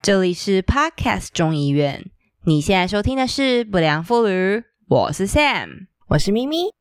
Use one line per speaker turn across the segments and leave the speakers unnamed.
这里是 Podcast 中医院，你现在收听的是不良妇女，我是 Sam，
我是咪咪。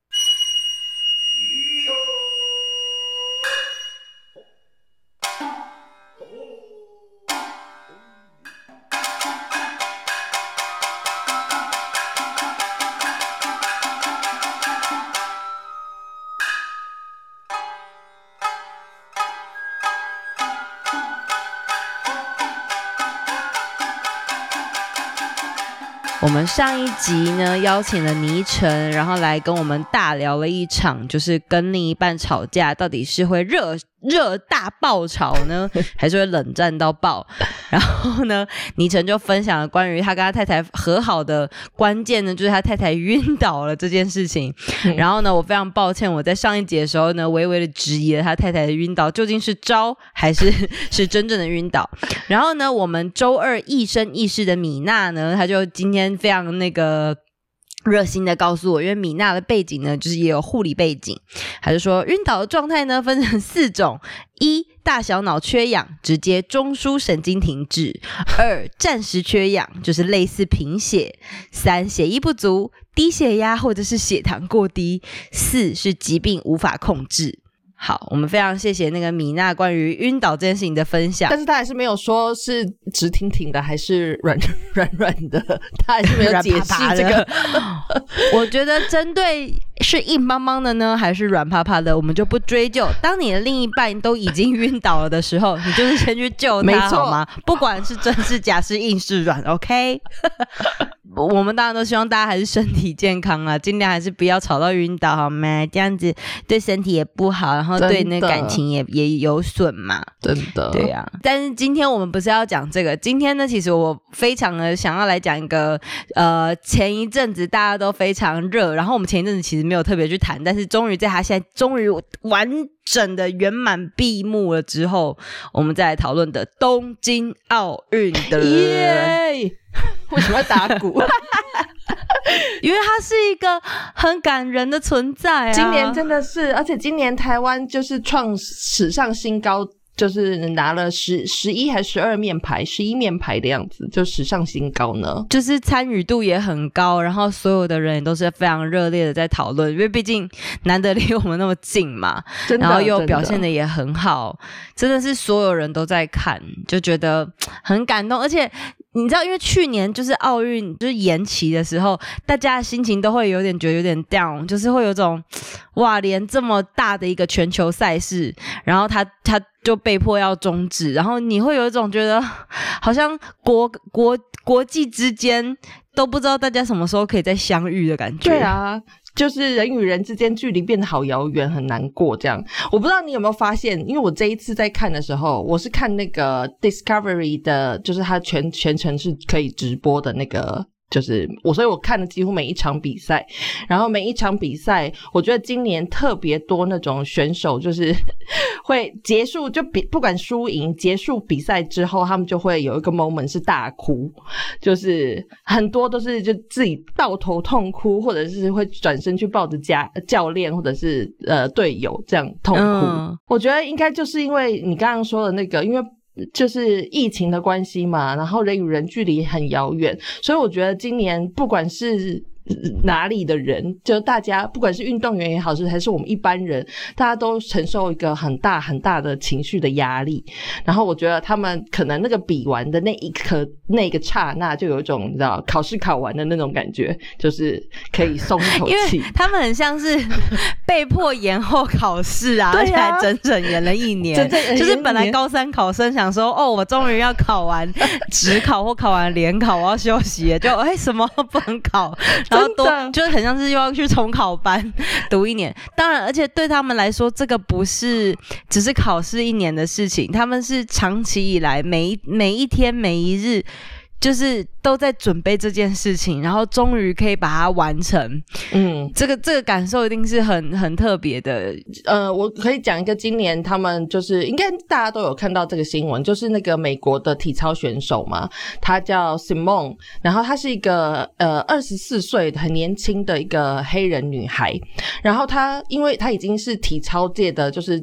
我们上一集呢邀请了倪晨，然后来跟我们大聊了一场，就是跟另一半吵架到底是会热大爆吵呢，还是会冷战到爆？然后呢，倪晨就分享了关于他跟他太太和好的关键呢，就是他太太晕倒了这件事情。然后呢，我非常抱歉，我在上一集的时候呢，微微的质疑了他太太的晕倒究竟是招还是真正的晕倒。然后呢，我们周二亦生亦世的米娜呢，她就今天非常热心的告诉我，因为米娜的背景呢，就是也有护理背景，她就说晕倒的状态呢分成4种：一、大小脑缺氧，直接中枢神经停止；二、暂时缺氧，就是类似贫血；三、血液不足，低血压或者是血糖过低；四是疾病无法控制。好，我们非常谢谢那个米娜关于晕倒这件事情的分享，
但是他还是没有说是直挺挺的还是软的，他还是没有解释这个。
我觉得针对是硬邦邦的呢还是软趴趴的，我们就不追究。当你的另一半都已经晕倒了的时候，你就是先去救他好吗？不管是真是假是硬是软 OK 我们当然都希望大家还是身体健康啦，尽量还是不要吵到晕倒好吗？这样子对身体也不好，然后对那感情也有损嘛。
真的
对啊。但是今天我们不是要讲这个，今天呢其实我非常的想要来讲一个前一阵子大家都非常热，然后我们前一阵子其实没有特别去谈，但是终于在他现在终于完整的圆满闭幕了之后，我们再来讨论的东京奥运的
耶为什么要打鼓？
因为它是一个很感人的存在啊！
今年真的是，而且今年台湾就是创史上新高，就是拿了11还是12面牌，11面牌的样子，就史上新高呢。
就是参与度也很高，然后所有的人也都是非常热烈的在讨论，因为毕竟难得离我们那么近嘛，然后又表现的也很好，真的是所有人都在看，就觉得很感动，而且。你知道因为去年就是奥运就是延期的时候，大家的心情都会有点觉得有点 down， 就是会有种哇连这么大的一个全球赛事，然后他就被迫要终止，然后你会有一种觉得好像国际之间都不知道大家什么时候可以再相遇的感觉。
对啊，就是人与人之间距离变得好遥远，很难过这样。我不知道你有没有发现，因为我这一次在看的时候，我是看那个 Discovery 的，就是它全程是可以直播的那个。就是所以我看了几乎每一场比赛，然后每一场比赛我觉得今年特别多那种选手就是会结束就不管输赢结束比赛之后他们就会有一个 moment 是大哭，就是很多都是就自己抱头痛哭，或者是会转身去抱着教练或者是队友这样痛哭。我觉得应该就是因为你刚刚说的那个，因为就是疫情的关系嘛，然后人与人距离很遥远，所以我觉得今年不管是哪里的人，就大家不管是运动员也好，还是我们一般人，大家都承受一个很大很大的情绪的压力。然后我觉得他们可能那个比完的那个刹那，就有一种你知道考试考完的那种感觉，就是可以松一口气。
因为他们很像是被迫延后考试啊，而且还整整延了1年。就是本来高3考生想说，哦，我终于要考完指考或考完联考，我要休息了，就什么不能考。然后就是很像是又要去重考班读1年。当然而且对他们来说这个不是只是考试1年的事情，他们是长期以来每一天每一日就是都在准备这件事情，然后终于可以把它完成。这个感受一定是很特别的。
我可以讲一个今年他们就是应该大家都有看到这个新闻，就是那个美国的体操选手嘛，她叫 Simone， 然后她是一个24岁很年轻的一个黑人女孩，然后她因为她已经是体操界的就是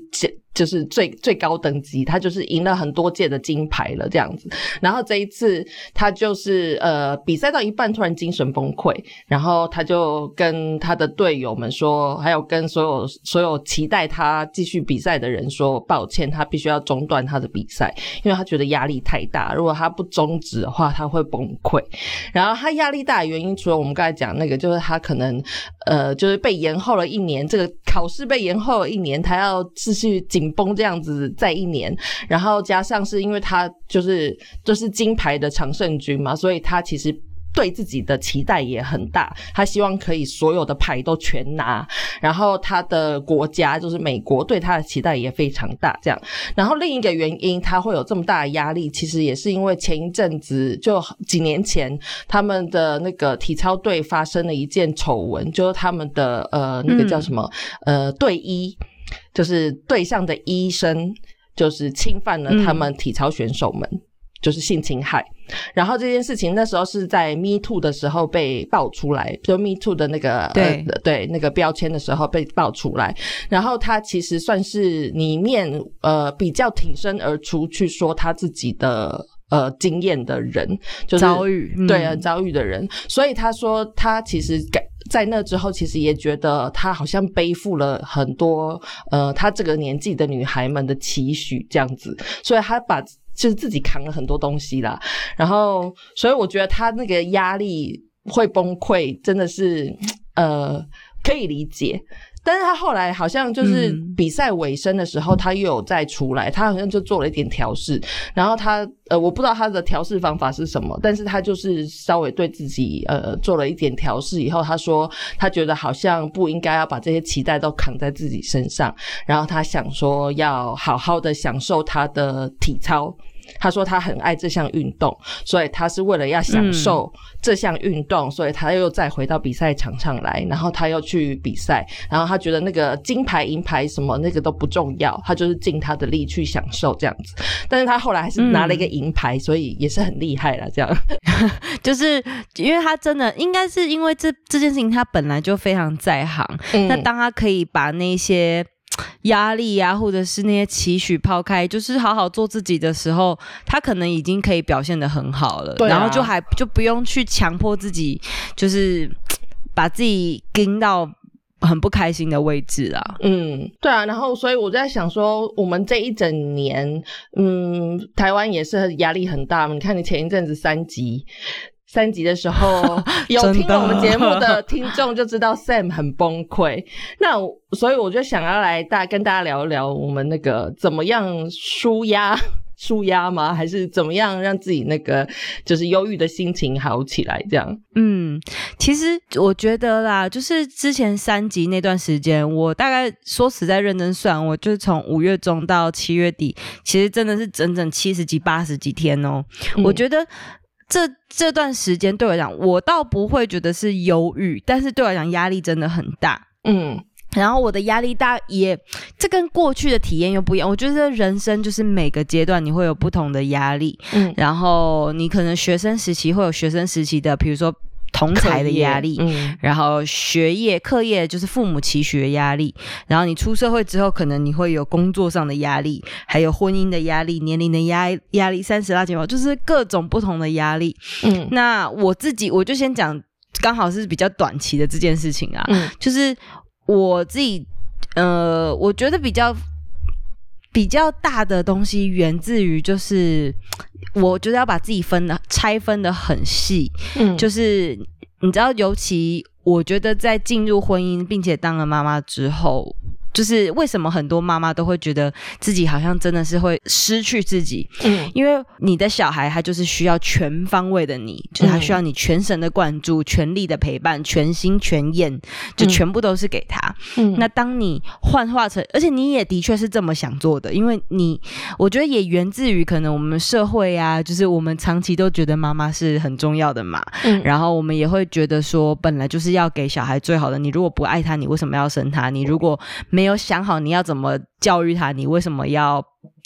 就是最高等级，他就是赢了很多届的金牌了这样子。然后这一次他就是比赛到一半突然精神崩溃，然后他就跟他的队友们说，还有跟所有期待他继续比赛的人说，抱歉，他必须要中断他的比赛，因为他觉得压力太大，如果他不终止的话他会崩溃。然后他压力大的原因，除了我们刚才讲那个，就是他可能就是被延后了1年，这个考试被延后了1年，他要继续紧绷这样子再1年，然后加上是因为他就是金牌的常胜军嘛，所以他其实对自己的期待也很大，他希望可以所有的牌都全拿，然后他的国家就是美国对他的期待也非常大这样。然后另一个原因他会有这么大的压力，其实也是因为前一阵子就几年前他们的那个体操队发生了一件丑闻，就是他们的那个叫什么队医，就是队上的医生就是侵犯了他们体操选手们，就是性侵害。然后这件事情那时候是在 Me Too 的时候被爆出来，就 Me Too 的那个对那个标签的时候被爆出来。然后他其实算是里面比较挺身而出去说他自己的经验的人，就是
遭遇
对遭遇的人。所以他说他其实在那之后其实也觉得他好像背负了很多他这个年纪的女孩们的期许这样子，所以他就是自己扛了很多东西啦。然后所以我觉得他那个压力会崩溃真的是可以理解。但是他后来好像就是比赛尾声的时候他又有再出来，他好像就做了一点调试，然后他我不知道他的调试方法是什么，但是他就是稍微对自己做了一点调试以后，他说他觉得好像不应该要把这些期待都扛在自己身上，然后他想说要好好的享受他的体操。他说他很爱这项运动，所以他是为了要享受这项运动，所以他又再回到比赛场上来，然后他又去比赛，然后他觉得那个金牌银牌什么那个都不重要，他就是尽他的力去享受这样子。但是他后来还是拿了一个银牌，所以也是很厉害啦这样。
就是因为他真的应该是因为这件事情他本来就非常在行，那当他可以把那些压力啊或者是那些期许抛开，就是好好做自己的时候，他可能已经可以表现得很好了，然后就不用去强迫自己，就是把自己盯到很不开心的位置啊。对
啊。然后所以我在想说我们这一整年台湾也是压力很大，你看你前一阵子3集的时候有听我们节目的听众就知道 Sam 很崩溃。那所以我就想要来跟大家聊一聊我们那个怎么样舒压吗？还是怎么样让自己那个就是忧郁的心情好起来这样。
其实我觉得啦，就是之前3集那段时间，我大概说实在认真算，我就是从5月中到7月底，其实真的是整整70几80几天哦。我觉得这段时间对我来讲，我倒不会觉得是忧郁，但是对我来讲压力真的很大。然后我的压力大这跟过去的体验又不一样。我觉得人生就是每个阶段你会有不同的压力，然后你可能学生时期会有学生时期的，比如说同侪的压力，然后学业课业就是父母期许的压力，然后你出社会之后可能你会有工作上的压力，还有婚姻的压力，年龄的压力，30大几毛，就是各种不同的压力。那我就先讲刚好是比较短期的这件事情啊，就是我自己我觉得比较大的东西源自于就是我觉得要把自己拆分的很细，就是你知道，尤其我觉得在进入婚姻并且当了妈妈之后，就是为什么很多妈妈都会觉得自己好像真的是会失去自己，因为你的小孩他就是需要全方位的你，就是他需要你全神的灌注，全力的陪伴，全心全意，就全部都是给他。那当你幻化成，而且你也的确是这么想做的，因为我觉得也源自于可能我们社会啊，就是我们长期都觉得妈妈是很重要的嘛，然后我们也会觉得说本来就是要给小孩最好的，你如果不爱他，你为什么要生他？你如果没有想好你要怎么教育他，你为什么要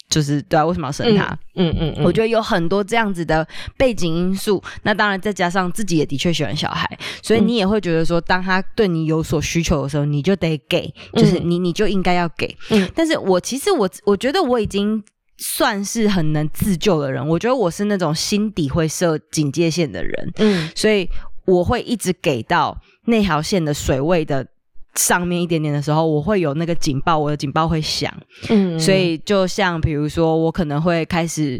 就是对啊，为什么要生他？我觉得有很多这样子的背景因素，那当然再加上自己也的确喜欢小孩，所以你也会觉得说，当他对你有所需求的时候，你就得给，就是你就应该要给。但是其实我觉得我已经算是很能自救的人，我觉得我是那种心底会设警戒线的人，所以我会一直给到那条线的水位的上面一点点的时候，我会有那个警报，我的警报会响。所以就像比如说我可能会开始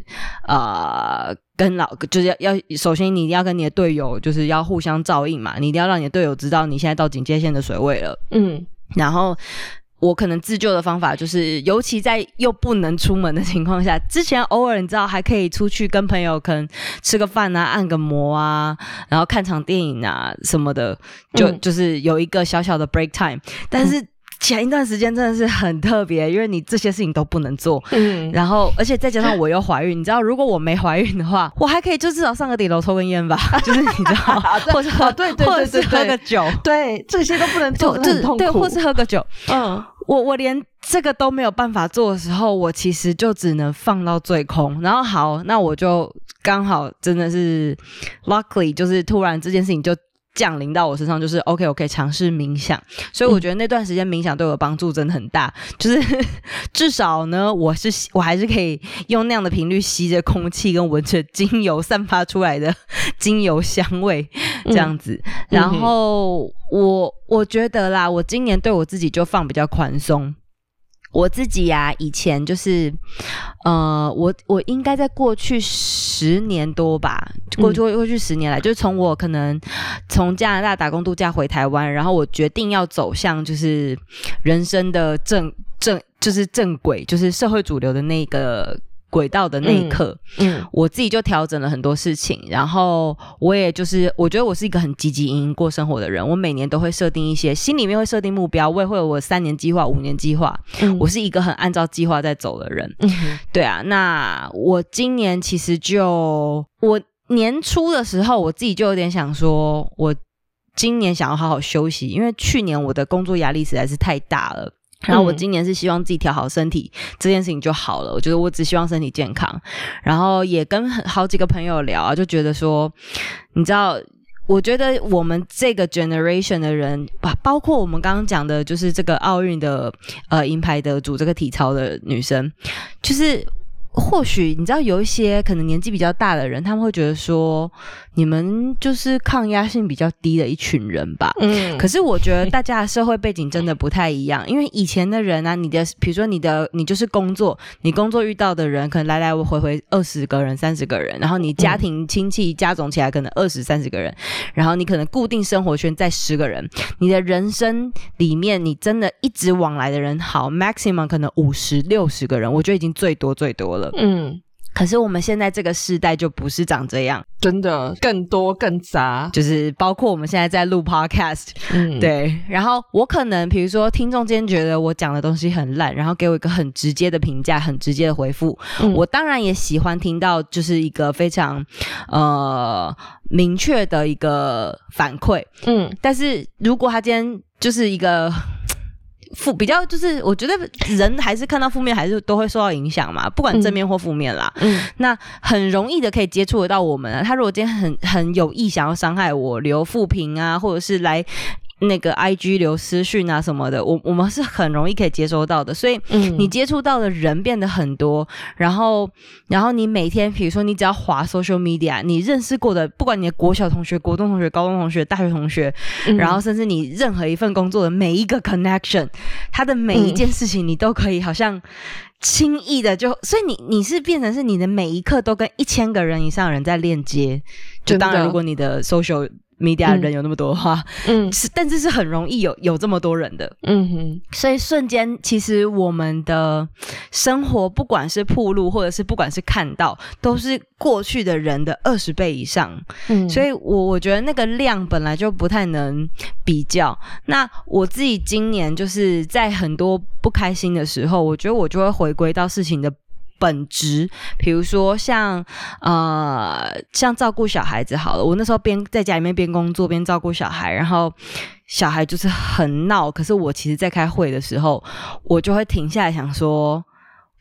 就是要首先你一定要跟你的队友就是要互相照应嘛，你一定要让你的队友知道你现在到警戒线的水位了。然后我可能自救的方法就是，尤其在又不能出门的情况下，之前偶尔你知道还可以出去跟朋友可能吃个饭啊，按个摩啊，然后看场电影啊什么的，就是有一个小小的 break time。但是前一段时间真的是很特别，因为你这些事情都不能做，然后而且再加上我又怀孕，你知道，如果我没怀孕的话，我还可以就至少上个顶楼抽根烟吧，就是你知道，或者或者是喝个酒，
对，这些都不能做，很痛苦，
对，或是喝个酒，我连这个都没有办法做的时候，我其实就只能放到最空。然后好，那我就刚好真的是 luckily， 就是突然这件事情就降临到我身上，就是 OK， 我可以尝试冥想。所以我觉得那段时间冥想对我的帮助真的很大，就是至少呢，我还是可以用那样的频率吸着空气跟闻着精油散发出来的精油香味这样子。然后我觉得啦，我今年对我自己就放比较宽松。我自己啊，以前就是我应该在过去10年多吧，过去10年来，就是从我可能从加拿大打工度假回台湾，然后我决定要走向就是人生的就是正轨，就是社会主流的那个轨道的那一刻，我自己就调整了很多事情，然后我也就是我觉得我是一个很积极营营过生活的人，我每年都会设定一些，心里面会设定目标，我也会有我3年计划5年计划，我是一个很按照计划在走的人，对啊，那我今年其实我年初的时候我自己就有点想说，我今年想要好好休息，因为去年我的工作压力实在是太大了，然后我今年是希望自己调好身体，这件事情就好了。我觉得我只希望身体健康，然后也跟好几个朋友聊啊，就觉得说，你知道，我觉得我们这个 generation 的人，包括我们刚刚讲的，就是这个奥运的银牌得主，这个体操的女生，就是或许你知道有一些可能年纪比较大的人，他们会觉得说你们就是抗压性比较低的一群人吧。可是我觉得大家的社会背景真的不太一样，因为以前的人啊，比如说你就是工作，你工作遇到的人可能来来回回20个人30个人，然后你家庭亲戚加总起来可能20、30个人，然后你可能固定生活圈在10个人，你的人生里面你真的一直往来的人好 maximum 可能50、60个人，我觉得已经最多了。可是我们现在这个世代就不是长这样，
真的更多更杂，
就是包括我们现在在录 podcast，对，然后我可能比如说听众今天觉得我讲的东西很烂，然后给我一个很直接的评价，很直接的回复，我当然也喜欢听到就是一个非常明确的一个反馈，但是如果他今天就是一个比较就是我觉得人还是看到负面还是都会受到影响嘛，不管正面或负面啦，那很容易的可以接触得到我们啊，他如果今天很有意想要伤害我，留负评啊，或者是来那个 IG 留私讯啊什么的，我们是很容易可以接收到的，所以你接触到的人变得很多，然后你每天比如说你只要滑 social media， 你认识过的不管你的国小同学、国中同学、高中同学、大学同学，然后甚至你任何一份工作的每一个 connection， 它的每一件事情你都可以好像轻易的所以你是变成是你的每一刻都跟1000个人以上的人在链接，就当然如果你的 social media 人有那么多的话，但是是很容易有这么多人的，所以瞬间其实我们的生活不管是暴露或者是不管是看到，都是过去的人的20倍以上，所以我觉得那个量本来就不太能比较。那我自己今年就是在很多不开心的时候，我觉得我就会回归到事情的本质，比如说像照顾小孩子好了，我那时候边在家里面边工作边照顾小孩，然后小孩就是很闹，可是我其实在开会的时候，我就会停下来想说，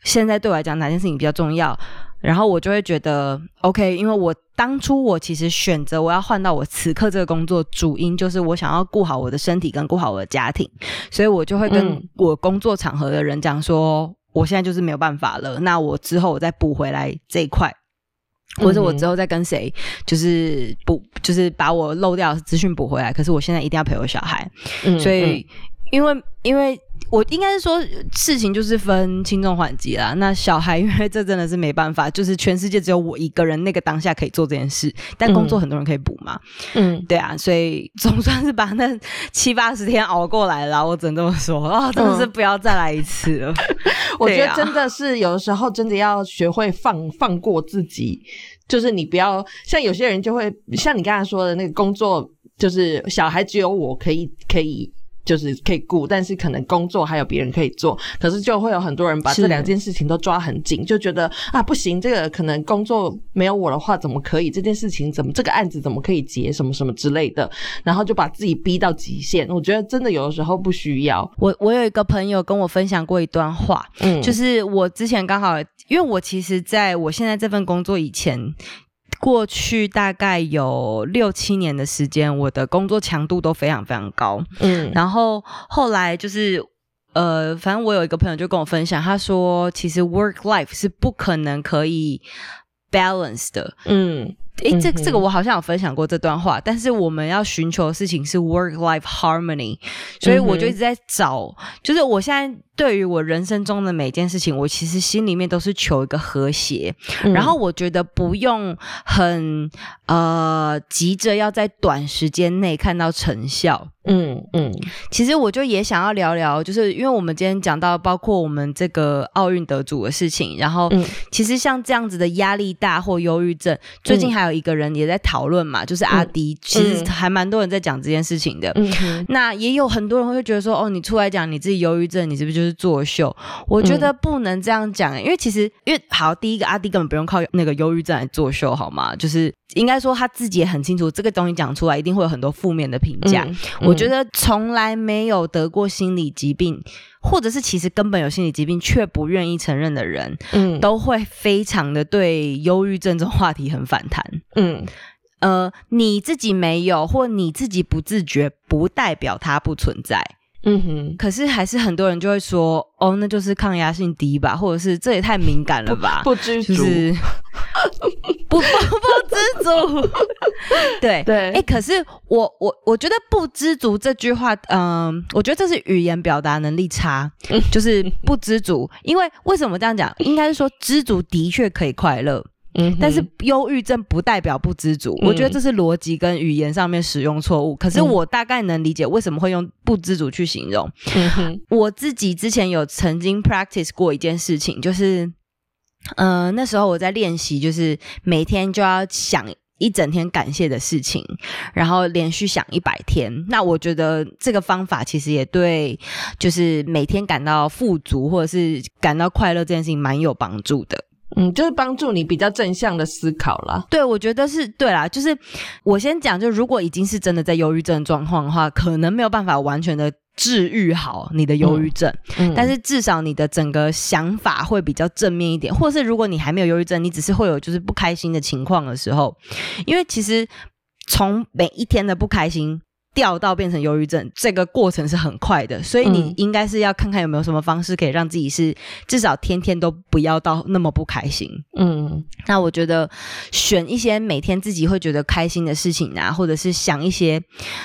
现在对我来讲哪件事情比较重要，然后我就会觉得 OK， 因为我当初我其实选择我要换到我此刻这个工作，主因就是我想要顾好我的身体跟顾好我的家庭，所以我就会跟我工作场合的人讲说，我现在就是没有办法了，那我之后我再补回来这一块，或者我之后再跟谁就是把我漏掉的资讯补回来，可是我现在一定要陪我小孩，所以因为我应该是说事情就是分轻重缓急啦，那小孩因为这真的是没办法，就是全世界只有我一个人那个当下可以做这件事，但工作很多人可以补嘛，对啊，所以总算是把那70-80天熬过来了，我只能这么说，真的是不要再来一次了。
我觉得真的是有的时候真的要学会放过自己，就是你不要像有些人就会像你刚才说的那个工作，就是小孩只有我可以就是可以顾，但是可能工作还有别人可以做，可是就会有很多人把这两件事情都抓很紧，就觉得不行，这个可能工作没有我的话怎么可以，这件事情这个案子怎么可以结什么什么之类的，然后就把自己逼到极限。我觉得真的有的时候不需要。
我有一个朋友跟我分享过一段话，就是我之前刚好因为我其实在我现在这份工作以前过去大概有6-7年的时间，我的工作强度都非常非常高，然后后来就是反正我有一个朋友就跟我分享，他说其实 work life 是不可能可以 balance 的，这个我好像有分享过这段话，但是我们要寻求的事情是 work-life harmony， 所以我就一直在找，就是我现在对于我人生中的每件事情，我其实心里面都是求一个和谐，然后我觉得不用很急着要在短时间内看到成效。其实我就也想要聊聊，就是因为我们今天讲到包括我们这个奥运得主的事情，然后其实像这样子的压力大或忧郁症，最近还有一个人也在讨论嘛，就是阿迪，其实还蛮多人在讲这件事情的，那也有很多人会觉得说，你出来讲你自己忧郁症，你是不是就是作秀？我觉得不能这样讲，因为其实好，第一个阿迪根本不用靠那个忧郁症来作秀好吗？就是应该说他自己也很清楚这个东西讲出来一定会有很多负面的评价，我觉得从来没有得过心理疾病或者是其实根本有心理疾病却不愿意承认的人，都会非常的对忧郁症这种话题很反弹。你自己没有或你自己不自觉不代表它不存在。可是还是很多人就会说，那就是抗压性低吧，或者是这也太敏感了吧，
不知足，
就是不知足。对，可是我觉得不知足这句话，我觉得这是语言表达能力差，就是不知足。因为为什么这样讲？应该是说知足的确可以快乐。但是忧郁症不代表不知足，我觉得这是逻辑跟语言上面使用错误，可是我大概能理解为什么会用不知足去形容。我自己之前有曾经 practice 过一件事情，就是那时候我在练习，就是每天就要想一整天感谢的事情，然后连续想100天。那我觉得这个方法其实也对就是每天感到富足或者是感到快乐这件事情蛮有帮助的。
就是帮助你比较正向的思考啦。
对，我觉得是对啦，就是我先讲，就如果已经是真的在忧郁症状况的话，可能没有办法完全的治愈好你的忧郁症，但是至少你的整个想法会比较正面一点，或者是如果你还没有忧郁症，你只是会有就是不开心的情况的时候，因为其实从每一天的不开心掉到变成忧郁症，这个过程是很快的，所以你应该是要看看有没有什么方式可以让自己是至少天天都不要到那么不开心。那我觉得选一些每天自己会觉得开心的事情啊，或者是想一些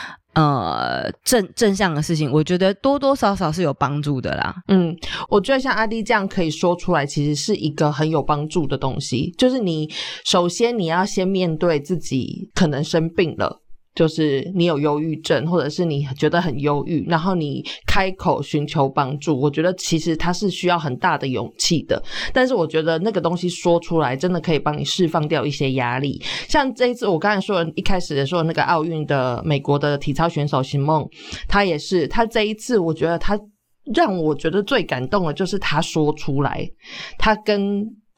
正向的事情，我觉得多多少少是有帮助的啦。
我觉得像阿弟这样可以说出来，其实是一个很有帮助的东西，就是你首先你要先面对自己可能生病了，就是你有忧郁症，或者是你觉得很忧郁，然后你开口寻求帮助，我觉得其实它是需要很大的勇气的，但是我觉得那个东西说出来真的可以帮你释放掉一些压力。像这一次我刚才说的一开始的说那个奥运的美国的体操选手席梦，他也是，他这一次我觉得他让我觉得最感动的就是他说出来，他跟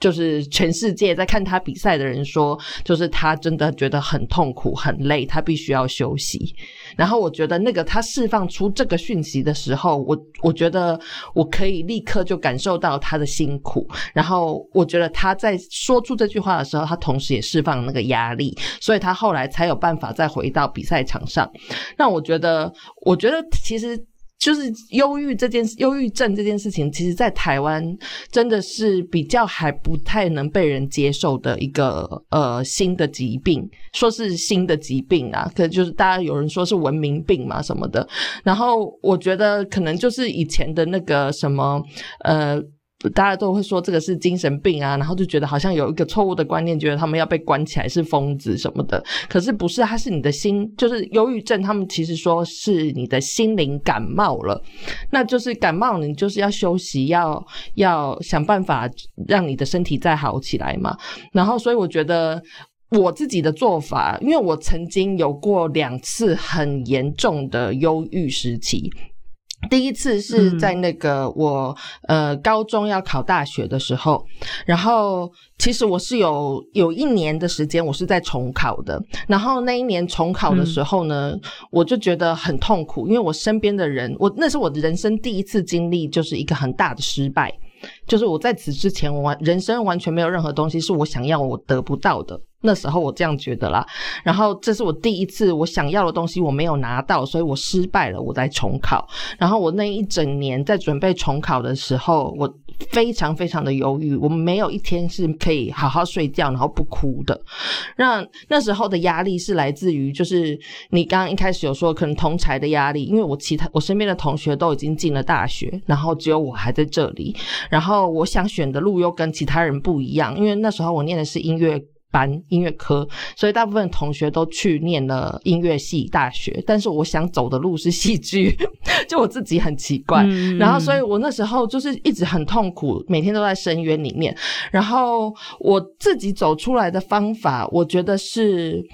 就是全世界在看他比赛的人说，就是他真的觉得很痛苦很累，他必须要休息。然后我觉得那个他释放出这个讯息的时候，我觉得我可以立刻就感受到他的辛苦，然后我觉得他在说出这句话的时候，他同时也释放那个压力，所以他后来才有办法再回到比赛场上。那我觉得其实就是忧郁症这件事情，其实在台湾真的是比较还不太能被人接受的一个新的疾病，说是新的疾病啊，可能就是大家有人说是文明病嘛什么的。然后我觉得可能就是以前的那个什么大家都会说这个是精神病啊，然后就觉得好像有一个错误的观念，觉得他们要被关起来是疯子什么的。可是不是，它是你的心，就是忧郁症，他们其实说是你的心灵感冒了，那就是感冒了，你就是要休息，要想办法让你的身体再好起来嘛。然后所以我觉得我自己的做法，因为我曾经有过2次很严重的忧郁时期。第一次是在那个我高中要考大学的时候，然后其实我是有1年的时间我是在重考的，然后那一年重考的时候呢，我就觉得很痛苦，因为我身边的人，那是我的人生第一次经历就是一个很大的失败，就是我在此之前我人生完全没有任何东西是我想要我得不到的，那时候我这样觉得啦。然后这是我第一次我想要的东西我没有拿到，所以我失败了，我在重考。然后我那一整年在准备重考的时候，我非常非常的忧郁，我没有一天是可以好好睡觉然后不哭的。那时候的压力是来自于就是你刚刚一开始有说可能同侪的压力，因为我身边的同学都已经进了大学，然后只有我还在这里，然后我想选的路又跟其他人不一样，因为那时候我念的是音乐科，所以大部分同学都去念了音乐系大学，但是我想走的路是戏剧就我自己很奇怪，然后所以我那时候就是一直很痛苦，每天都在深渊里面。然后我自己走出来的方法，我觉得是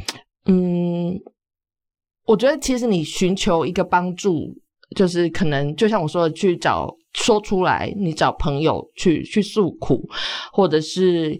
我觉得其实你寻求一个帮助，就是可能就像我说的去说出来，你找朋友去诉苦，或者是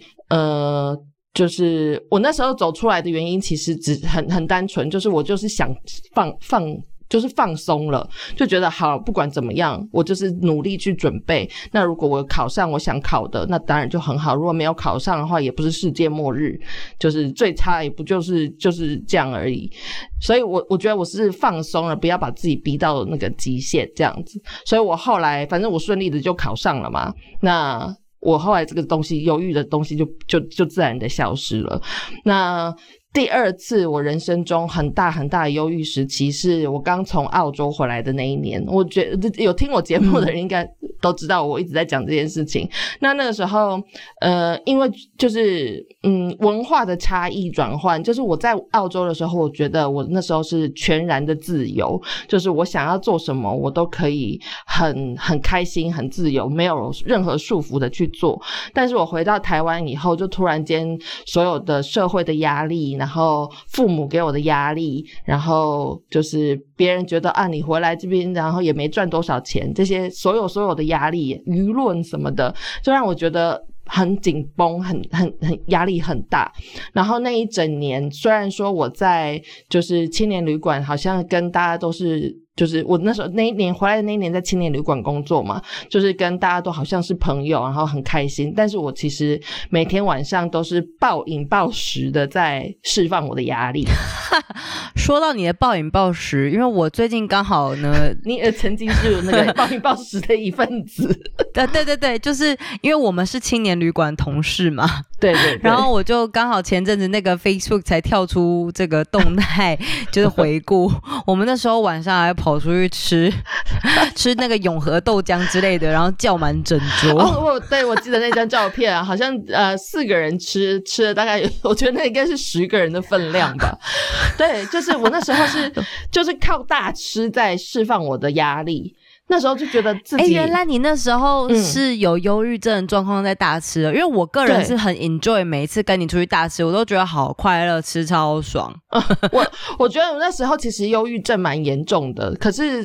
就是我那时候走出来的原因其实很单纯，就是我就是想放松了，就觉得好，不管怎么样我就是努力去准备，那如果我考上我想考的那当然就很好，如果没有考上的话也不是世界末日，就是最差也不就是这样而已。所以我觉得我是放松了，不要把自己逼到那个极限这样子。所以我后来反正我顺利的就考上了嘛，那我后来这个东西忧郁的东西就自然的消失了。那第2次我人生中很大很大的忧郁时期是我刚从澳洲回来的那一年，我觉得有听我节目的人应该都知道我一直在讲这件事情。那个时候因为就是文化的差异转换，就是我在澳洲的时候我觉得我那时候是全然的自由，就是我想要做什么我都可以很开心很自由，没有任何束缚的去做。但是我回到台湾以后，就突然间所有的社会的压力，然后父母给我的压力，然后就是别人觉得啊你回来这边然后也没赚多少钱，这些所有的压力舆论什么的就让我觉得很紧绷，很压力很大。然后那一整年虽然说我在就是青年旅馆好像跟大家都是，就是我那时候那一年回来的那一年在青年旅馆工作嘛，就是跟大家都好像是朋友，然后很开心，但是我其实每天晚上都是暴饮暴食的在释放我的压力
说到你的暴饮暴食，因为我最近刚好呢
你也曾经是那个暴饮暴食的一份子
对，就是因为我们是青年旅馆同事嘛，
对，
然后我就刚好前阵子那个 Facebook 才跳出这个动态就是回顾我们那时候晚上还跑出去吃那个永和豆浆之类的，然后叫满整桌
对，我记得那张照片啊，好像4个人吃了大概我觉得那应该是10个人的分量吧对，就是我那时候就是靠大吃在释放我的压力，那时候就觉得自己
原来你那时候是有忧郁症的状况在大吃的，因为我个人是很 enjoy 每一次跟你出去大吃，我都觉得好快乐，吃超爽
我觉得我那时候其实忧郁症蛮严重的，可是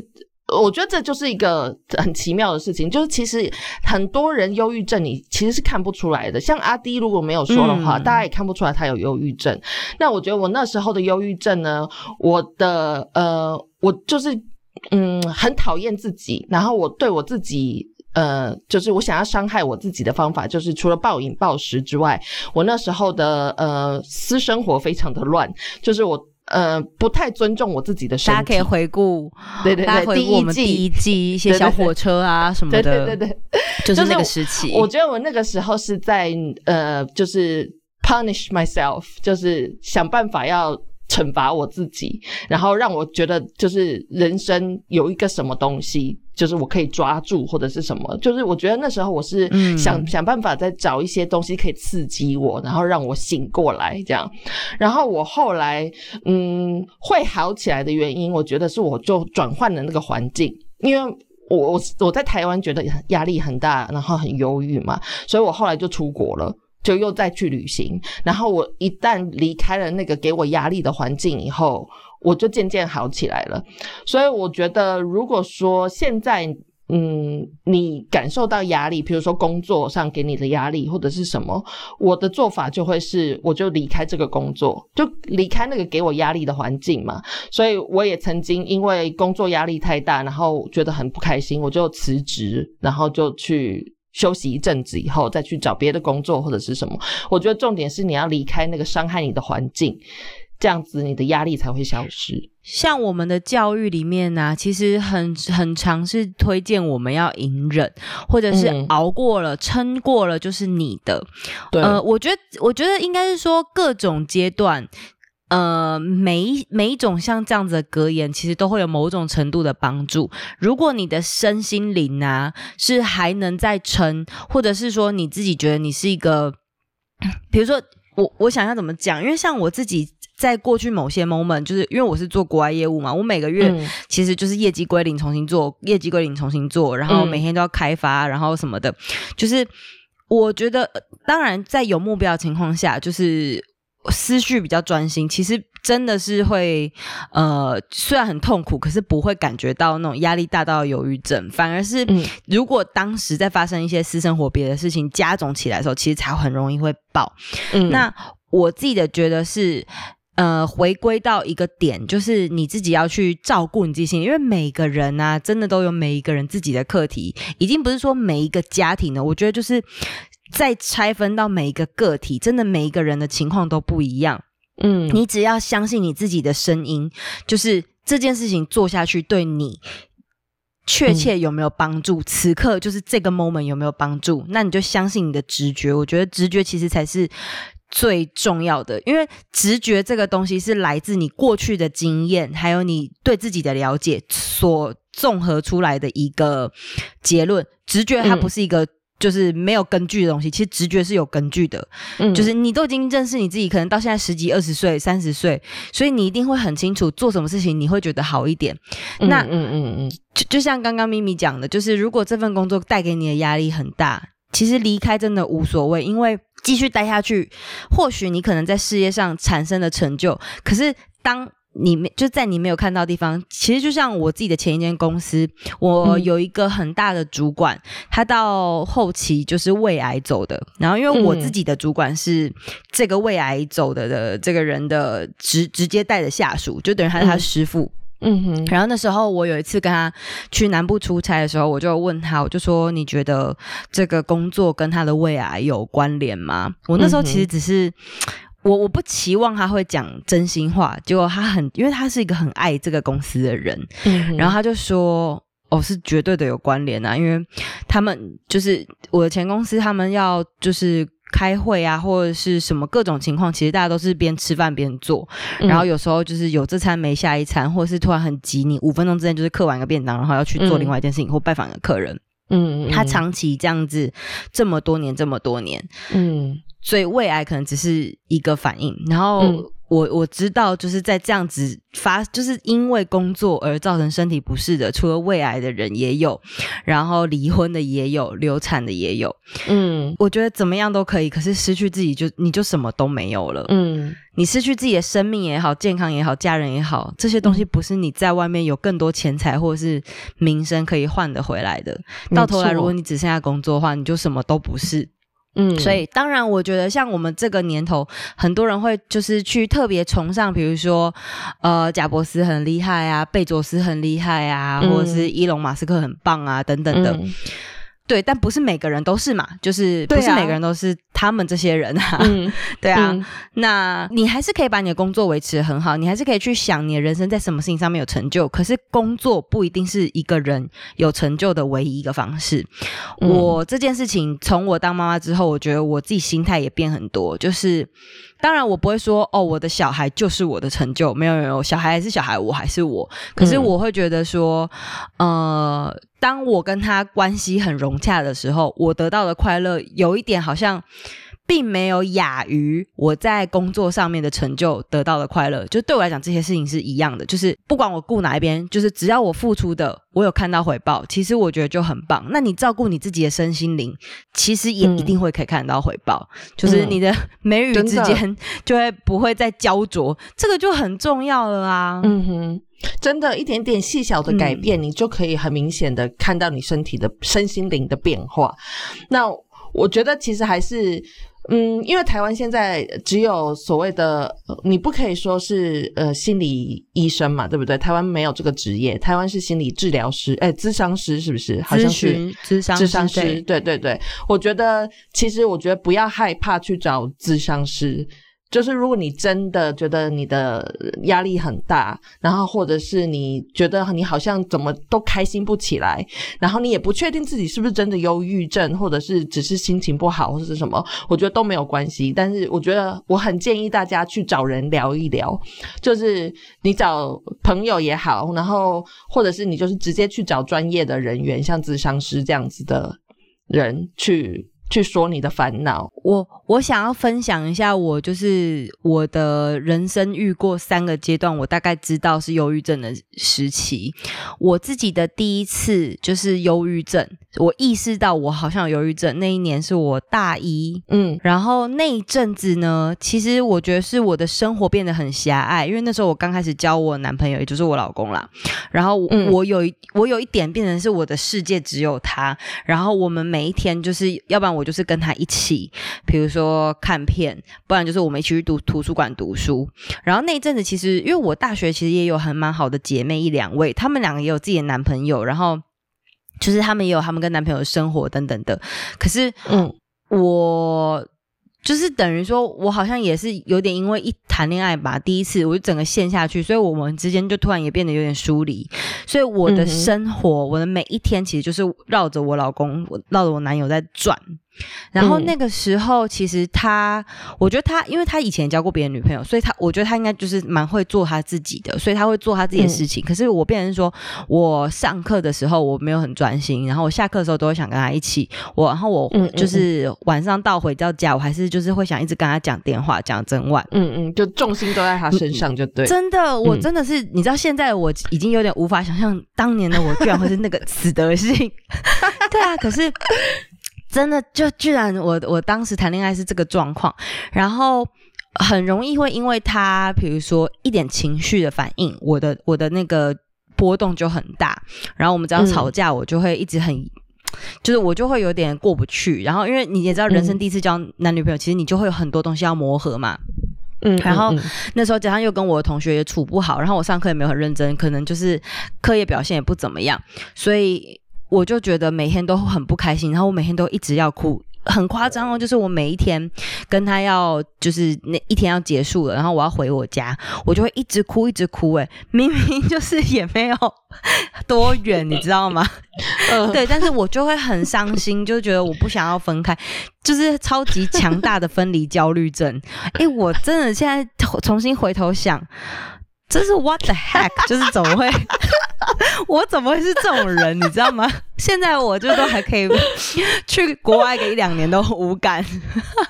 我觉得这就是一个很奇妙的事情，就是其实很多人忧郁症你其实是看不出来的，像阿滴如果没有说的话，大家也看不出来他有忧郁症。那我觉得我那时候的忧郁症呢，我就是很讨厌自己，然后我对我自己就是我想要伤害我自己的方法，就是除了暴饮暴食之外，我那时候的私生活非常的乱，就是我不太尊重我自己的身体。
大家可以回顾，
对，
大家回顾我们第一季一些小火车啊什么的，
对，
就是那个时期。
我觉得我那个时候是在就是punish myself， 就是想办法要惩罚我自己，然后让我觉得就是人生有一个什么东西就是我可以抓住或者是什么，就是我觉得那时候我是想办法再找一些东西可以刺激我，然后让我醒过来这样。然后我后来会好起来的原因，我觉得是我就转换了那个环境，因为我在台湾觉得压力很大，然后很忧郁嘛，所以我后来就出国了，就又再去旅行。然后我一旦离开了那个给我压力的环境以后，我就渐渐好起来了。所以我觉得如果说现在你感受到压力，比如说工作上给你的压力或者是什么，我的做法就会是我就离开这个工作，就离开那个给我压力的环境嘛。所以我也曾经因为工作压力太大，然后觉得很不开心，我就辞职，然后就去休息一阵子以后再去找别的工作或者是什么。我觉得重点是你要离开那个伤害你的环境，这样子你的压力才会消失。
像我们的教育里面啊，其实很常是推荐我们要隐忍，或者是熬过了撑过了就是你的。对，我觉得应该是说各种阶段每一种像这样子的格言其实都会有某种程度的帮助。如果你的身心灵啊是还能再撑，或者是说你自己觉得你是一个，比如说我想要怎么讲，因为像我自己在过去某些 moment， 就是因为我是做国外业务嘛，我每个月其实就是业绩归零重新做，业绩归零重新做，然后每天都要开发，然后什么的，就是我觉得当然在有目标的情况下，就是思绪比较专心，其实真的是会虽然很痛苦，可是不会感觉到那种压力大到忧郁症，反而是如果当时在发生一些私生活别的事情加总起来的时候，其实才很容易会爆。那我自己的觉得是回归到一个点，就是你自己要去照顾你自己心里，因为每个人啊真的都有每一个人自己的课题，已经不是说每一个家庭了，我觉得就是再拆分到每一个个体，真的每一个人的情况都不一样。你只要相信你自己的声音，就是这件事情做下去对你确切有没有帮助，此刻就是这个 moment 有没有帮助，那你就相信你的直觉。我觉得直觉其实才是最重要的，因为直觉这个东西是来自你过去的经验，还有你对自己的了解所综合出来的一个结论。直觉它不是一个就是没有根据的东西，其实直觉是有根据的。就是你都已经认识你自己，可能到现在10几20岁30岁，所以你一定会很清楚做什么事情你会觉得好一点。那就像刚刚咪咪讲的，就是如果这份工作带给你的压力很大，其实离开真的无所谓，因为继续待下去，或许你可能在事业上产生了成就，可是当就在你没有看到的地方，其实就像我自己的前一间公司，我有一个很大的主管，他到后期就是胃癌走的，然后因为我自己的主管是这个胃癌走的这个人的直接带的下属，就等于他是他师父。然后那时候我有一次跟他去南部出差的时候，我就问他，我就说你觉得这个工作跟他的胃癌有关联吗？我那时候其实只是我不期望他会讲真心话，结果因为他是一个很爱这个公司的人，然后他就说是绝对的有关联啊，因为他们就是我的前公司，他们要就是开会啊或者是什么各种情况，其实大家都是边吃饭边做，然后有时候就是有这餐没下一餐，或者是突然很急，你5分钟之内就是嗑完个便当，然后要去做另外一件事情，或拜访一个客人。他长期这样子这么多年，所以胃癌可能只是一个反应。然后我知道就是在这样子就是因为工作而造成身体不适的，除了胃癌的人也有，然后离婚的也有，流产的也有。我觉得怎么样都可以，可是失去自己你就什么都没有了。你失去自己的生命也好，健康也好，家人也好，这些东西不是你在外面有更多钱财或者是名声可以换得回来的。到头来如果你只剩下工作的话，你就什么都不是。所以当然我觉得像我们这个年头，很多人会就是去特别崇尚，比如说贾伯斯很厉害啊，贝佐斯很厉害啊，或者是伊隆马斯克很棒啊等等的。对，但不是每个人都是嘛，就是不是每个人都是他们这些人啊。对啊，那你还是可以把你的工作维持得很好，你还是可以去想你的人生在什么事情上面有成就，可是工作不一定是一个人有成就的唯一一个方式。我这件事情从我当妈妈之后，我觉得我自己心态也变很多，就是当然我不会说我的小孩就是我的成就，没有，小孩还是小孩，我还是我。可是我会觉得说当我跟他关系很融洽的时候，我得到的快乐有一点好像并没有亚于我在工作上面的成就得到的快乐。就对我来讲这些事情是一样的，就是不管我顾哪一边，就是只要我付出的我有看到回报，其实我觉得就很棒。那你照顾你自己的身心灵，其实也一定会可以看到回报，就是你的眉宇之间就会不会再焦灼，这个就很重要了啊。
真的，一点点细小的改变，你就可以很明显的看到你身体的身心灵的变化。那我觉得其实还是因为台湾现在只有所谓的你不可以说是心理医生嘛，对不对？台湾没有这个职业，台湾是心理治疗师，咨商师是不是？好像是
咨商师，
对。我觉得不要害怕去找咨商师。就是如果你真的觉得你的压力很大，然后或者是你觉得你好像怎么都开心不起来，然后你也不确定自己是不是真的忧郁症，或者是只是心情不好或者是什么，我觉得都没有关系。但是我觉得我很建议大家去找人聊一聊，就是你找朋友也好，然后或者是你就是直接去找专业的人员，像咨商师这样子的人去说你的烦恼。
我想要分享一下我的人生遇过3个阶段，我大概知道是忧郁症的时期。我自己的第一次就是忧郁症，我意识到我好像有忧郁症，那一年是我大1。然后那一阵子呢，其实我觉得是我的生活变得很狭隘，因为那时候我刚开始交我男朋友，也就是我老公啦。然后我有一点变成是我的世界只有他，然后我们每一天就是要不然我就是跟他一起，比如说看片，不然就是我们一起去图书馆读书。然后那一阵子其实因为我大学其实也有蛮好的姐妹1-2位，她们2个也有自己的男朋友，然后就是她们也有她们跟男朋友的生活等等的。可是我就是等于说我好像也是有点因为一谈恋爱吧，第一次我就整个陷下去，所以我们之间就突然也变得有点疏离。所以我的生活我的每一天其实就是绕着我老公绕着我男友在转。然后那个时候其实我觉得他因为他以前交过别的女朋友，所以我觉得他应该就是蛮会做他自己的，所以他会做他自己的事情。可是我变成说我上课的时候我没有很专心，然后我下课的时候都会想跟他一起，然后我就是晚上回到家我还是就是会想一直跟他讲电话讲整晚。
就重心都在他身上就对。
真的我真的是你知道现在我已经有点无法想象当年的我居然会是那个死德性。对啊，可是真的就居然我当时谈恋爱是这个状况，然后很容易会因为他比如说一点情绪的反应，我的那个波动就很大，然后我们只要吵架我就会一直就是我就会有点过不去。然后因为你也知道人生第一次交男女朋友，其实你就会有很多东西要磨合嘛。然后那时候加上又跟我的同学也处不好，然后我上课也没有很认真，可能就是课业表现也不怎么样，所以我就觉得每天都很不开心，然后我每天都一直要哭，很夸张哦，就是我每一天跟他就是那一天要结束了，然后我要回我家，我就会一直哭明明就是也没有多远你知道吗？对，但是我就会很伤心，就觉得我不想要分开，就是超级强大的分离焦虑症。我真的现在重新回头想，这是 what the heck， 就是怎么会我怎么会是这种人你知道吗？现在我就都还可以去国外个1-2年都无感。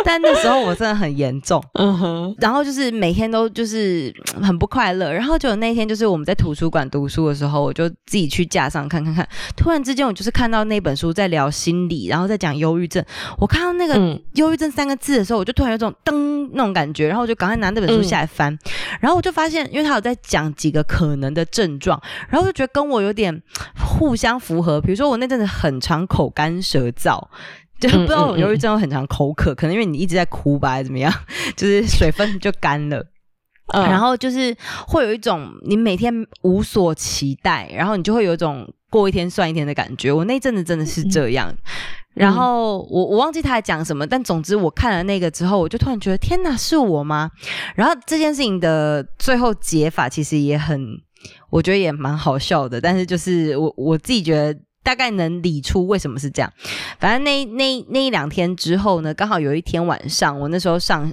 但那时候我真的很严重，然后就是每天都就是很不快乐，然后就有那天就是我们在图书馆读书的时候，我就自己去架上看，突然之间我就是看到那本书在聊心理，然后在讲忧郁症，我看到那个忧郁症3个字的时候，我就突然有种噔那种感觉，然后我就赶快拿那本书下来翻，然后我就发现因为他有在讲几个可能的症状，然后我就觉得跟我有点互相符合，比如说我那阵子很常口干舌燥，就不知道我忧郁症很常口渴，可能因为你一直在哭吧还是怎么样，就是水分就干了然后就是会有一种你每天无所期待，然后你就会有一种过一天算一天的感觉，我那阵子真的是这样然后我忘记他在讲什么，但总之我看了那个之后，我就突然觉得天哪，是我吗？然后这件事情的最后解法其实也很，我觉得也蛮好笑的，但是就是我自己觉得大概能理出为什么是这样。反正那一2天之后呢，刚好有一天晚上，我那时候上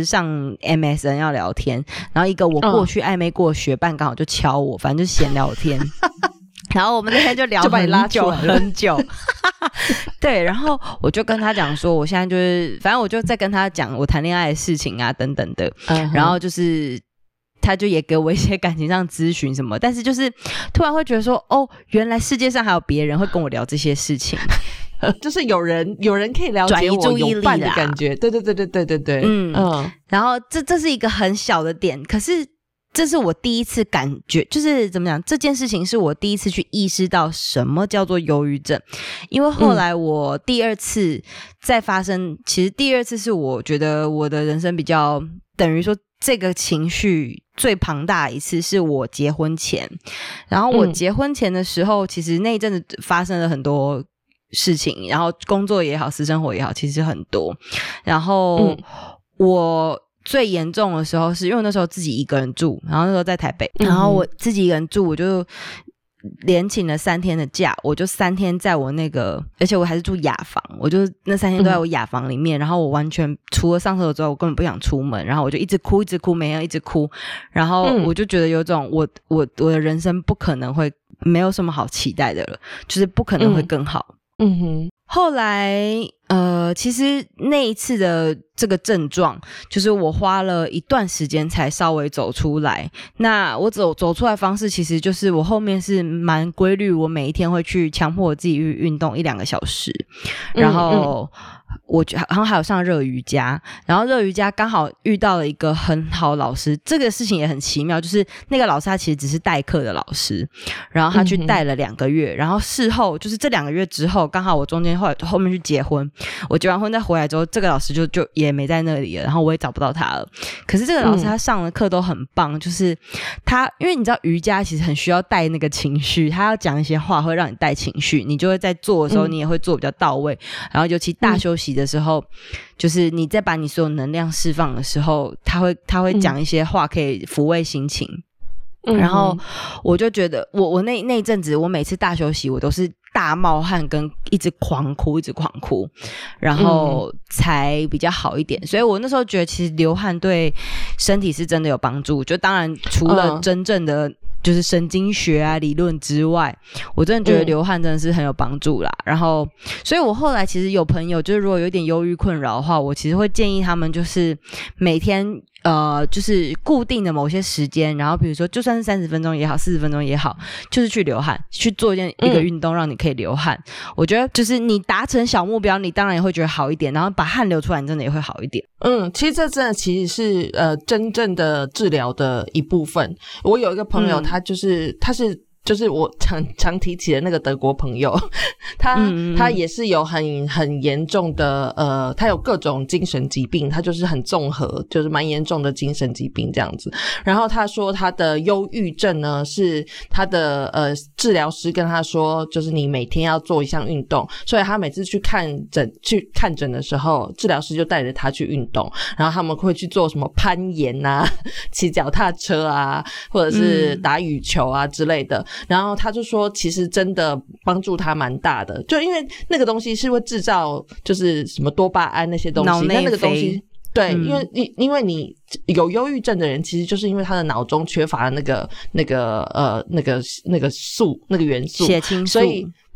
MSN 要聊天，然后一个我过去暧昧过的学伴刚好就敲我，反正就闲聊天然后我们那天就聊很久很久对，然后我就跟他讲说我现在就是反正我就在跟他讲我谈恋爱的事情啊等等的然后就是他就也给我一些感情上咨询什么，但是就是突然会觉得说哦，原来世界上还有别人会跟我聊这些事情
就是有人可以了解我有伴的感觉，对
然后这是一个很小的点，可是这是我第一次感觉，就是怎么讲，这件事情是我第一次去意识到什么叫做忧郁症。因为后来我第2次再发生，其实第2次是我觉得我的人生比较等于说这个情绪最庞大的一次是我结婚前，然后我结婚前的时候其实那一阵子发生了很多事情，然后工作也好私生活也好其实很多，然后我最严重的时候是因为我那时候自己一个人住，然后那时候在台北然后我自己一个人住，我就连请了3天的假，我就3天在我那个，而且我还是住雅房，我就那3天都在我雅房里面然后我完全除了上厕所之外我根本不想出门，然后我就一直哭每天一直哭，然后我就觉得有种我的人生不可能会没有什么好期待的了，就是不可能会更好后来其实那一次的这个症状就是我花了一段时间才稍微走出来，那我走出来的方式其实就是我后面是蛮规律，我每一天会去强迫我自己运动1-2个小时，然后我好像还有上热瑜伽，然后热瑜伽刚好遇到了一个很好老师，这个事情也很奇妙，就是那个老师他其实只是代课的老师，然后他去带了2个月然后事后就是这2个月之后刚好我中间后面去结婚，我结完婚再回来之后这个老师就也没在那里了，然后我也找不到他了，可是这个老师他上的课都很棒就是他因为你知道瑜伽其实很需要带那个情绪，他要讲一些话会让你带情绪，你就会在做的时候你也会做比较到位然后尤其大休息的时候就是你在把你所有能量释放的时候他会讲一些话可以抚慰心情然后我就觉得我那一阵子我每次大休息我都是大冒汗跟一直狂哭然后才比较好一点所以我那时候觉得其实流汗对身体是真的有帮助，就当然除了真正的就是神经学啊理论之外，我真的觉得流汗真的是很有帮助啦然后所以我后来其实有朋友就是如果有点忧郁困扰的话，我其实会建议他们就是每天就是固定的某些时间，然后比如说就算是30分钟也好40分钟也好，就是去流汗，去做一个运动让你可以流汗我觉得就是你达成小目标你当然也会觉得好一点，然后把汗流出来你真的也会好一点
其实这真的其实是真正的治疗的一部分。我有一个朋友他就是我常提起的那个德国朋友他也是有很严重的他有各种精神疾病，他就是很综合就是蛮严重的精神疾病这样子，然后他说他的忧郁症呢是他的治疗师跟他说就是你每天要做一项运动，所以他每次去看诊的时候治疗师就带着他去运动，然后他们会去做什么攀岩啊骑脚踏车啊或者是打羽球啊之类的，然后他就说其实真的帮助他蛮大的，就因为那个东西是会制造就是什么多巴胺那些东西，那个东西对因为你有忧郁症的人其实就是因为他的脑中缺乏那个素那个元素
血清素，
所以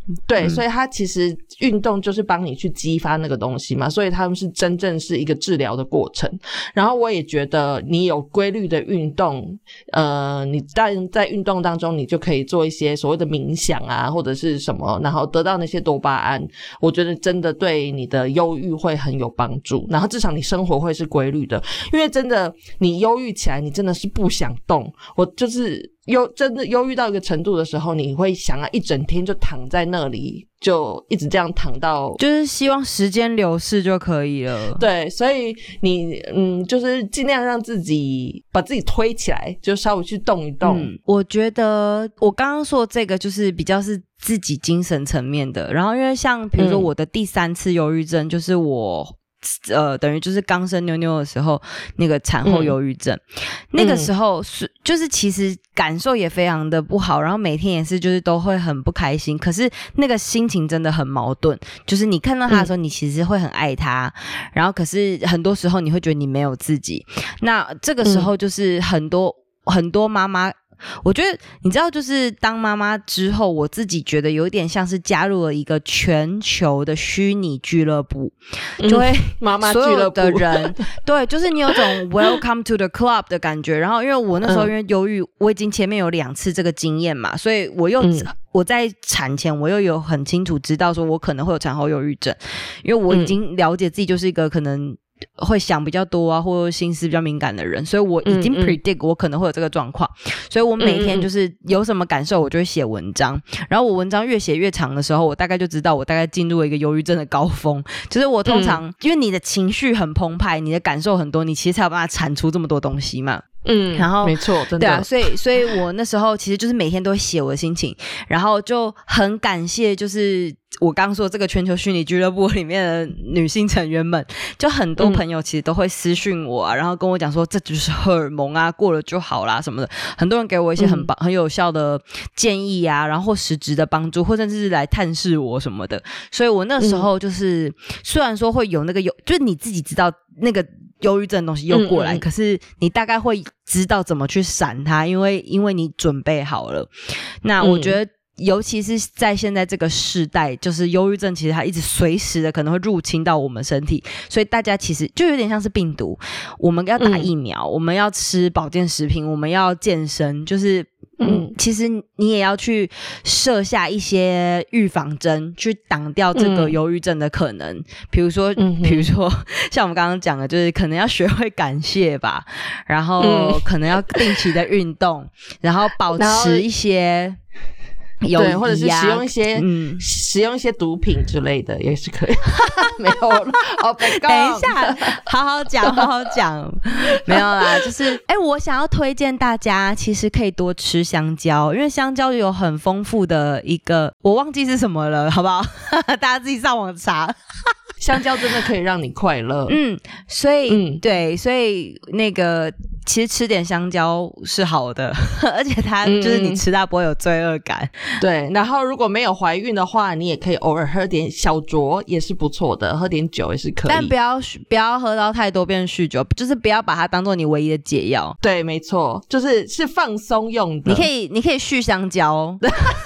对，所以它其实运动就是帮你去激发那个东西嘛，所以他们是真正是一个治疗的过程。然后我也觉得你有规律的运动，你在运动当中你就可以做一些所谓的冥想啊或者是什么，然后得到那些多巴胺，我觉得真的对你的忧郁会很有帮助，然后至少你生活会是规律的。因为真的你忧郁起来你真的是不想动，我就是真的忧郁到一个程度的时候，你会想要一整天就躺在那里，就一直这样躺到，
就是希望时间流逝就可以了。
对，所以你就是尽量让自己把自己推起来，就稍微去动一动。
我觉得我刚刚说的这个就是比较是自己精神层面的，然后因为像比如说我的第3次忧郁症，就是我等于就是刚生妞妞的时候那个产后忧郁症，那个时候就是其实感受也非常的不好，然后每天也是就是都会很不开心，可是那个心情真的很矛盾，就是你看到他的时候你其实会很爱他，然后可是很多时候你会觉得你没有自己，那这个时候就是很多妈妈，我觉得你知道就是当妈妈之后，我自己觉得有点像是加入了一个全球的虚拟俱乐部，就会
妈妈俱乐部
所有的人对，就是你有种 welcome to the club 的感觉。然后因为我那时候因为忧郁，我已经前面有2次这个经验嘛，所以我在产前我又有很清楚知道说我可能会有产后忧郁症，因为我已经了解自己就是一个可能会想比较多啊，或者心思比较敏感的人，所以我已经 predict 我可能会有这个状况，所以我每天就是有什么感受我就会写文章，然后我文章越写越长的时候，我大概就知道我大概进入了一个忧郁症的高峰，就是我通常因为你的情绪很澎湃，你的感受很多，你其实才有办法产出这么多东西嘛。然后
没错，真的
对啊，所以我那时候其实就是每天都会写我的心情，然后就很感谢就是我刚说这个全球虚拟俱乐部里面的女性成员们，就很多朋友其实都会私讯我啊，然后跟我讲说这就是荷尔蒙啊，过了就好啦什么的，很多人给我一些很有效的建议啊，然后或实质的帮助，或甚至是来探视我什么的，所以我那时候就是虽然说会有那个就是你自己知道那个忧郁症的东西又过来，可是你大概会知道怎么去闪它，因为你准备好了。那我觉得尤其是在现在这个世代，就是忧郁症其实它一直随时的可能会入侵到我们身体，所以大家其实就有点像是病毒，我们要打疫苗，我们要吃保健食品，我们要健身，就是其实你也要去设下一些预防针，去挡掉这个忧郁症的可能。比如说像我们刚刚讲的，就是可能要学会感谢吧，然后可能要定期的运动，然后保持一些友谊啊，
对，或者是使用一些毒品之类的也是可以。没有了，
等一下，好好讲，没有啦，就是我想要推荐大家，其实可以多吃香蕉，因为香蕉有很丰富的一个，我忘记是什么了，好不好？大家自己上网查。
香蕉真的可以让你快乐，
所以对，所以那个其实吃点香蕉是好的，而且它就是你吃它不会有罪恶感。
对，然后如果没有怀孕的话，你也可以偶尔喝点小酌也是不错的，喝点酒也是可以，
但不要喝到太多变酗酒，就是不要把它当做你唯一的解药。
对，没错，就是放松用的。
你可以续香蕉。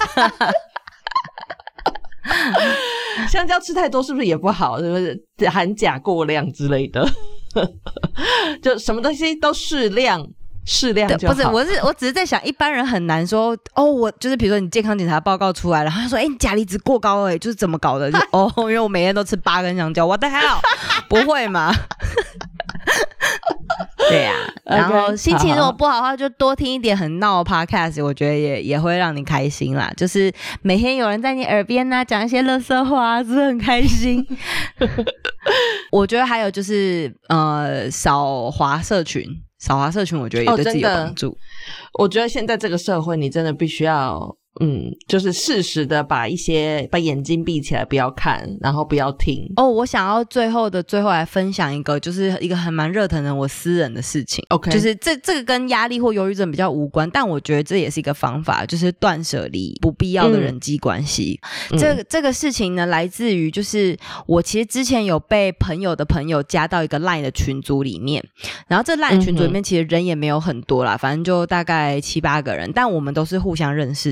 香蕉吃太多是不是也不好？是不是含钾过量之类的？就什么东西都适量就好。
不是，我只是在想，一般人很难说我就是比如说你健康检查报告出来了，他说你钾离子过高就是怎么搞的？就因为我每天都吃8根香蕉，what the hell？ 不会嘛？对呀，然后心情如果不好的话，就多听一点很闹的 podcast， 我觉得也会让你开心啦。就是每天有人在你耳边讲一些垃圾话，是不是很开心？我觉得还有就是少滑社群，我觉得也对自己有帮助。
我觉得现在这个社会，你真的必须要就是适时的把眼睛闭起来，不要看，然后不要听。
我想要最后来分享一个，就是一个还蛮热腾的我私人的事情。
OK，
就是这个跟压力或忧郁症比较无关，但我觉得这也是一个方法，就是断舍离不必要的人际关系。这个事情呢，来自于就是我其实之前有被朋友的朋友加到一个 LINE 的群组里面，然后这 LINE 群组里面其实人也没有很多啦，反正就大概7-8个人，但我们都是互相认识的。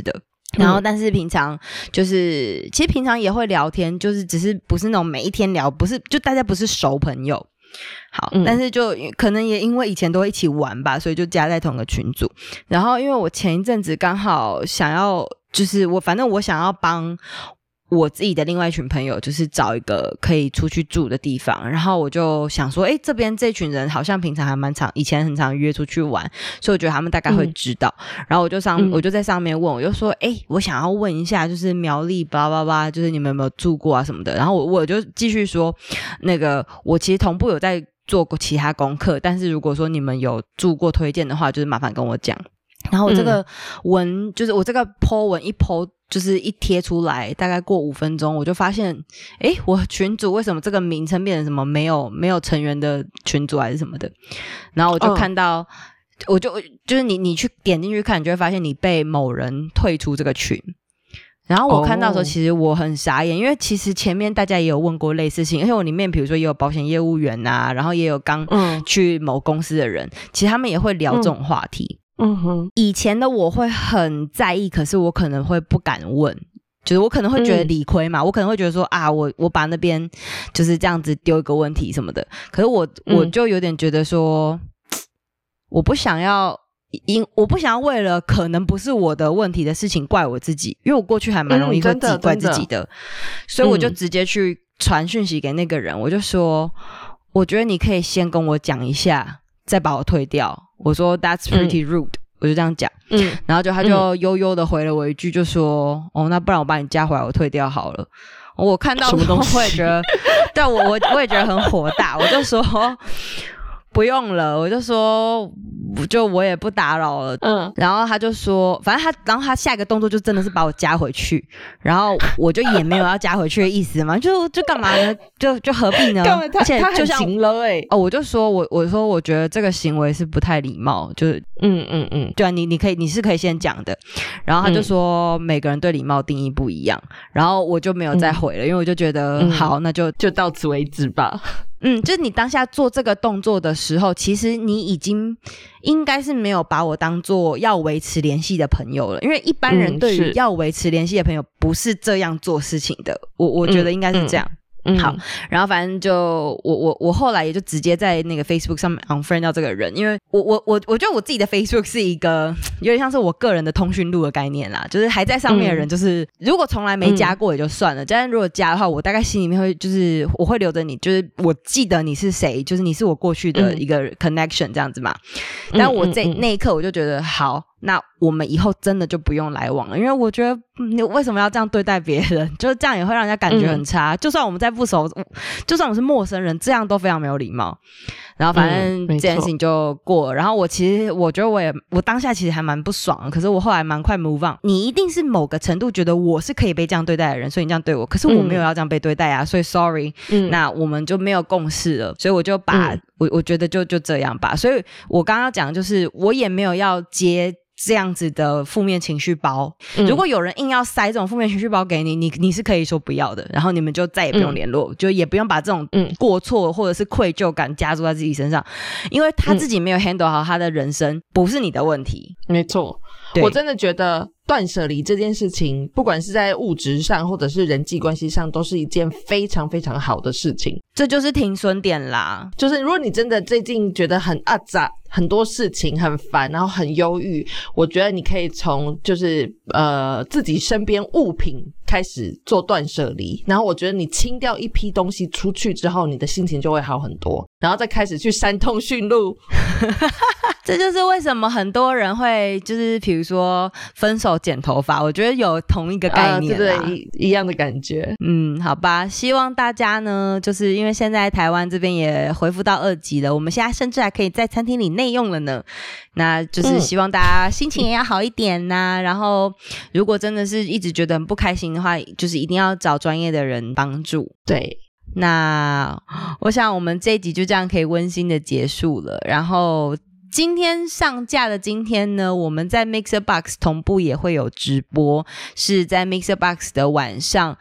然后但是平常就是其实平常也会聊天，就是只是不是那种每一天聊，不是就大家不是熟朋友。好，但是就可能也因为以前都会一起玩吧，所以就加在同个群组。然后因为我前一阵子刚好想要就是反正我想要帮我自己的另外一群朋友就是找一个可以出去住的地方，然后我就想说这边这群人好像平常还蛮常，以前很常约出去玩，所以我觉得他们大概会知道。然后我就在上面问，我就说我想要问一下就是苗栗巴拉巴拉就是你们有没有住过啊什么的。然后我就继续说那个我其实同步有在做过其他功课，但是如果说你们有住过推荐的话就是麻烦跟我讲。然后我这个文就是我这个 po 文一 po就是一贴出来，大概过5分钟，我就发现，我群组为什么这个名称变成什么没有成员的群组还是什么的？然后我就看到，我就是你去点进去看，你就会发现你被某人退出这个群。然后我看到的时候，其实我很傻眼，因为其实前面大家也有问过类似性，而且我里面比如说也有保险业务员啊，然后也有刚去某公司的人，其实他们也会聊这种话题。以前的我会很在意，可是我可能会不敢问，就是我可能会觉得理亏嘛，我可能会觉得说我把那边就是这样子丢一个问题什么的，可是我就有点觉得说我不想要为了可能不是我的问题的事情怪我自己，因为我过去还蛮容易会自己怪自己的，所以我就直接去传讯息给那个人，我就说我觉得你可以先跟我讲一下再把我退掉，我说 That's pretty rude，我就这样讲，然后他就悠悠的回了我一句，就说那不然我把你加回来，我退掉好了。我看到我也觉得对我也觉得很火大，我就说不用了，我就说我也不打扰了，然后他就说反正他下一个动作就真的是把我加回去，然后我就也没有要加回去的意思嘛，就干嘛呢？就何必呢？而且就像我就说我说我觉得这个行为是不太礼貌，就是对啊，你是可以先讲的，然后他就说每个人对礼貌定义不一样，然后我就没有再回了，因为我就觉得好，那就到此为止吧。就是你当下做这个动作的时候，其实你已经应该是没有把我当做要维持联系的朋友了，因为一般人对于要维持联系的朋友不是这样做事情的，我觉得应该是这样。好，然后反正就我后来也就直接在那个 Facebook 上面 unfriend 到这个人，因为我觉得我自己的 Facebook 是一个有点像是我个人的通讯录的概念啦，就是还在上面的人，就是如果从来没加过也就算了，但如果加的话，我大概心里面会就是我会留着你，就是我记得你是谁，就是你是我过去的一个 connection 这样子嘛。但我那一刻我就觉得好，那我们以后真的就不用来往了，因为我觉得你为什么要这样对待别人，就是这样也会让人家感觉很差，就算我们在不熟，就算我们是陌生人，这样都非常没有礼貌。然后反正这件事情就过了，然后我觉得我当下其实还蛮不爽的，可是我后来蛮快 move on。你一定是某个程度觉得我是可以被这样对待的人，所以你这样对我，可是我没有要这样被对待啊，所以 sorry，那我们就没有共识了，所以我就把我觉得就这样吧。所以我刚刚讲就是我也没有要接这样子的负面情绪包，如果有人硬要塞这种负面情绪包给你，你是可以说不要的，然后你们就再也不用联络，就也不用把这种过错或者是愧疚感加注在自己身上，因为他自己没有 handle 好他的人生，不是你的问题。
没错，我真的觉得断舍离这件事情，不管是在物质上或者是人际关系上，都是一件非常非常好的事情。
这就是停损点啦，
就是如果你真的最近觉得很杂，很多事情很烦，然后很忧郁，我觉得你可以从就是自己身边物品开始做断舍离，然后我觉得你清掉一批东西出去之后，你的心情就会好很多，然后再开始去删通讯录。
这就是为什么很多人会就是比如说分手剪头发，我觉得有同一个概念啦，
对，一样的感觉。
好吧，希望大家呢，就是因为现在台湾这边也恢复到2级了，我们现在甚至还可以在餐厅里内用了呢，那就是希望大家心情也要好一点呐，然后如果真的是一直觉得很不开心的话，就是一定要找专业的人帮助。
对，
那我想我们这一集就这样可以温馨的结束了，然后今天上架的今天呢，我们在 Mixer Box 同步也会有直播，是在 Mixer Box 的晚上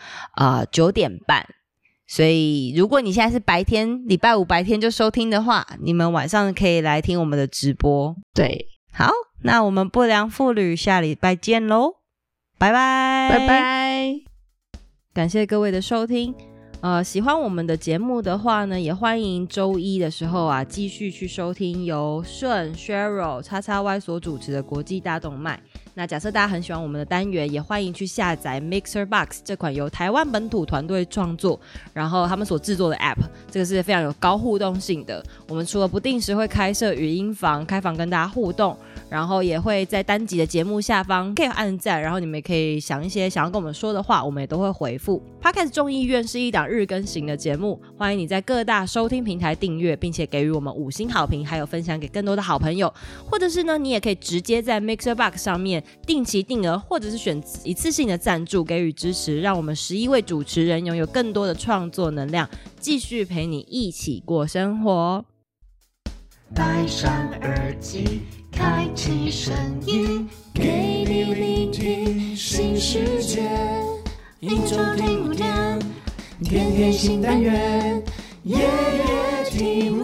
9点半，所以如果你现在是白天礼拜五白天就收听的话，你们晚上可以来听我们的直播。
对，
好，那我们不良妇女下礼拜见咯， 拜拜，
拜拜。
感谢各位的收听。喜欢我们的节目的话呢，也欢迎周一的时候啊，继续去收听由顺、Cheryl、XXY 所主持的国际大动脉。那假设大家很喜欢我们的单元，也欢迎去下载 Mixer Box 这款由台湾本土团队创作，然后他们所制作的 App， 这个是非常有高互动性的。我们除了不定时会开设语音房，开房跟大家互动，然后也会在单集的节目下方可以按赞，然后你们也可以想一些想要跟我们说的话，我们也都会回复。Podcast 众议院是一档日更型的节目，欢迎你在各大收听平台订阅，并且给予我们5星好评，还有分享给更多的好朋友。或者是呢，你也可以直接在 Mixer Box 上面定期定额，或者是选一次性的赞助给予支持，让我们11位主持人拥有更多的创作能量，继续陪你一起过生活。
戴上耳机，开启声音，给你聆听新世界。一周听5天，天天新单元，夜夜听。